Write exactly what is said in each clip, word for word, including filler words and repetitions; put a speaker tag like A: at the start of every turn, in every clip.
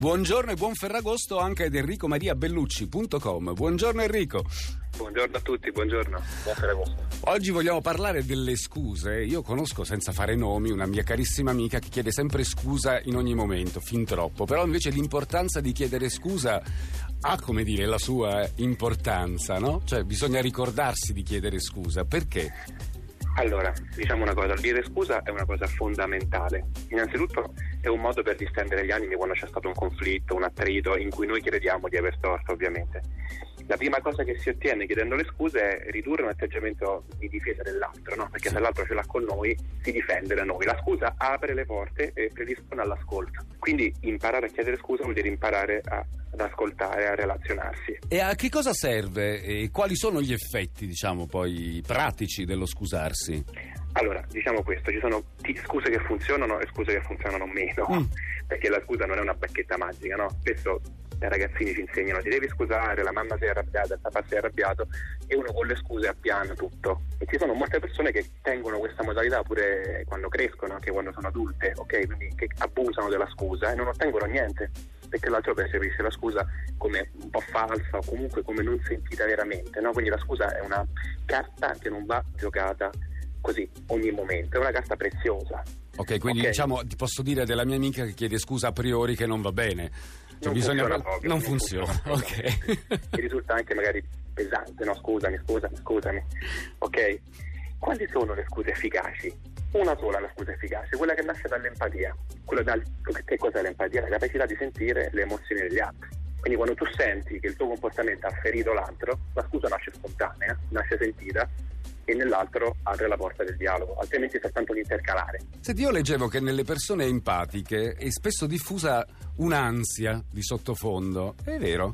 A: Buongiorno e buon Ferragosto anche ad enrico maria bellucci punto com. Buongiorno Enrico.
B: Buongiorno a tutti, buongiorno, buon Ferragosto.
A: Oggi vogliamo parlare delle scuse. Io conosco, senza fare nomi, una mia carissima amica che chiede sempre scusa in ogni momento, fin troppo. Però invece l'importanza di chiedere scusa ha, come dire, la sua importanza, no? Cioè bisogna ricordarsi di chiedere scusa. Perché?
B: Allora, diciamo una cosa, chiedere scusa è una cosa fondamentale. Innanzitutto è un modo per distendere gli animi quando c'è stato un conflitto, un attrito in cui noi crediamo di aver torto, ovviamente. La prima cosa che si ottiene chiedendo le scuse è ridurre un atteggiamento di difesa dell'altro, no? Perché se l'altro ce l'ha con noi, si difende da noi. La scusa apre le porte e predispone all'ascolto. Quindi imparare a chiedere scusa vuol dire imparare a, ad ascoltare, a relazionarsi.
A: E a che cosa serve e quali sono gli effetti, diciamo, poi pratici dello scusarsi?
B: Allora, diciamo questo, ci sono t- scuse che funzionano e scuse che funzionano meno, mm. perché la scusa non è una bacchetta magica, no? Spesso i ragazzini ci insegnano, ti devi scusare, la mamma si è arrabbiata, il papà si è arrabbiato, e uno con le scuse appiana tutto. E ci sono molte persone che tengono questa modalità pure quando crescono, anche quando sono adulte, ok? Quindi che abusano della scusa e non ottengono niente, perché l'altro percepisce la scusa come un po' falsa o comunque come non sentita veramente, no? Quindi la scusa è una carta che non va giocata così ogni momento, è una carta preziosa.
A: Ok, quindi okay. diciamo, ti posso dire della mia amica che chiede scusa a priori che non va bene. Cioè,
B: non
A: bisogna
B: funziona proprio,
A: non,
B: non
A: funziona,
B: funziona
A: ok.
B: Mi risulta anche magari pesante, no? Scusami, scusami, scusami. Ok? Quali sono le scuse efficaci? Una sola la scusa efficace, quella che nasce dall'empatia. Quella dal, che cos'è l'empatia? La capacità di sentire le emozioni degli altri. Quindi quando tu senti che il tuo comportamento ha ferito l'altro, la scusa nasce spontanea, nasce sentita, e nell'altro apre la porta del dialogo, altrimenti sta tanto l'intercalare.
A: Senti, io leggevo che nelle persone empatiche è spesso diffusa un'ansia di sottofondo, è vero?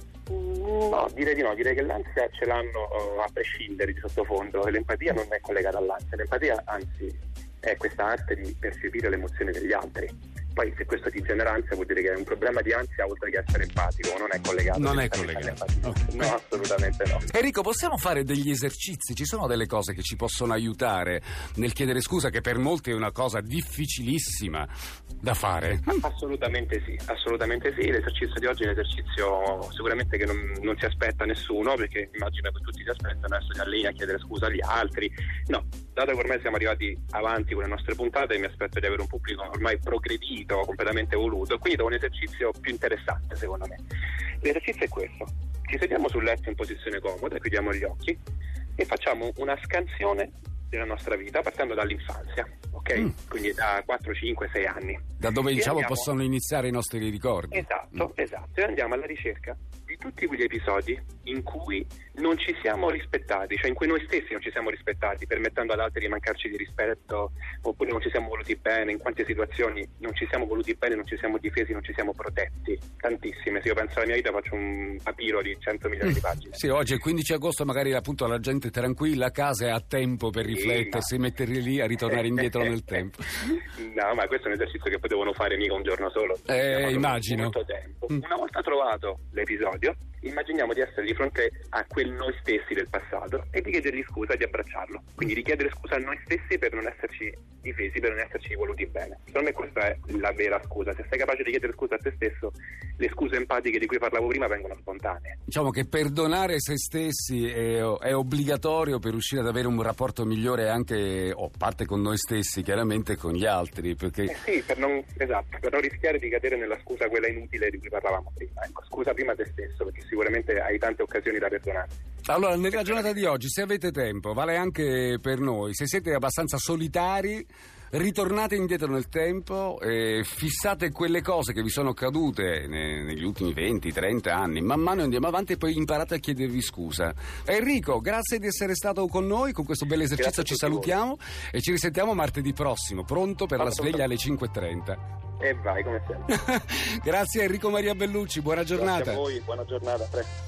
B: No, direi di no, direi che l'ansia ce l'hanno uh, a prescindere di sottofondo, e l'empatia non è collegata all'ansia, l'empatia anzi è questa arte di percepire le emozioni degli altri. Poi se questo ti genera ansia vuol dire che è un problema di ansia oltre che essere empatico, non è collegato.
A: Non è collegato.
B: Okay. No, assolutamente no.
A: Enrico, possiamo fare degli esercizi? Ci sono delle cose che ci possono aiutare nel chiedere scusa, che per molti è una cosa difficilissima da fare?
B: Assolutamente sì, assolutamente sì. L'esercizio di oggi è un esercizio sicuramente che non, non si aspetta nessuno, perché immagino che tutti si aspettano adesso di lì a chiedere scusa agli altri. No, dato che ormai siamo arrivati avanti con le nostre puntate, mi aspetto di avere un pubblico ormai progredito, completamente evoluto, quindi da un esercizio più interessante secondo me. L'esercizio è questo: ci sediamo sul letto in posizione comoda, chiudiamo gli occhi e facciamo una scansione della nostra vita partendo dall'infanzia, ok? Mm. Quindi da quattro, cinque, sei anni.
A: Da dove, diciamo,
B: andiamo...
A: possono iniziare i nostri ricordi.
B: Esatto, mm. esatto. E andiamo alla ricerca di tutti quegli episodi in cui non ci siamo rispettati, cioè in cui noi stessi non ci siamo rispettati, permettendo ad altri di mancarci di rispetto, oppure non ci siamo voluti bene. In quante situazioni non ci siamo voluti bene, non ci siamo difesi, non ci siamo protetti? Tantissime. Se io penso alla mia vita faccio un papiro di cento milioni mm. di pagine.
A: Sì, oggi è il quindici agosto, magari appunto la gente tranquilla a casa e ha tempo per riflettersi, sì, ma... metterli lì a ritornare indietro nel tempo.
B: No, ma questo è un esercizio che poi devono fare mica un giorno solo.
A: Eh, immagino.
B: Molto tempo. Mm. Una volta trovato l'episodio, immaginiamo di essere di fronte a quel noi stessi del passato e di chiedergli scusa e di abbracciarlo. Quindi richiedere scusa a noi stessi per non esserci difesi, per non esserci voluti bene. Secondo me questa è la vera scusa. Se sei capace di chiedere scusa a te stesso, le scuse empatiche di cui parlavo prima vengono spontanee.
A: Diciamo che perdonare se stessi è, è obbligatorio per riuscire ad avere un rapporto migliore anche, o oh, parte con noi stessi, chiaramente con gli altri, perché...
B: Eh sì, per non, esatto, per non rischiare di cadere nella scusa quella inutile di cui parlavamo prima. Ecco, scusa prima te stesso, perché sicuramente hai tante occasioni da perdonare.
A: Allora, nella giornata di oggi, se avete tempo, vale anche per noi, se siete abbastanza solitari, ritornate indietro nel tempo e fissate quelle cose che vi sono accadute ne, negli ultimi venti trenta anni, man mano andiamo avanti e poi imparate a chiedervi scusa. Enrico, grazie di essere stato con noi, con questo bel esercizio ci salutiamo voi. E ci risentiamo martedì prossimo, pronto per la sveglia alle cinque e trenta.
B: E vai, come sempre.
A: Grazie Enrico Maria Bellucci, buona giornata.
B: Grazie a voi, buona giornata, presto.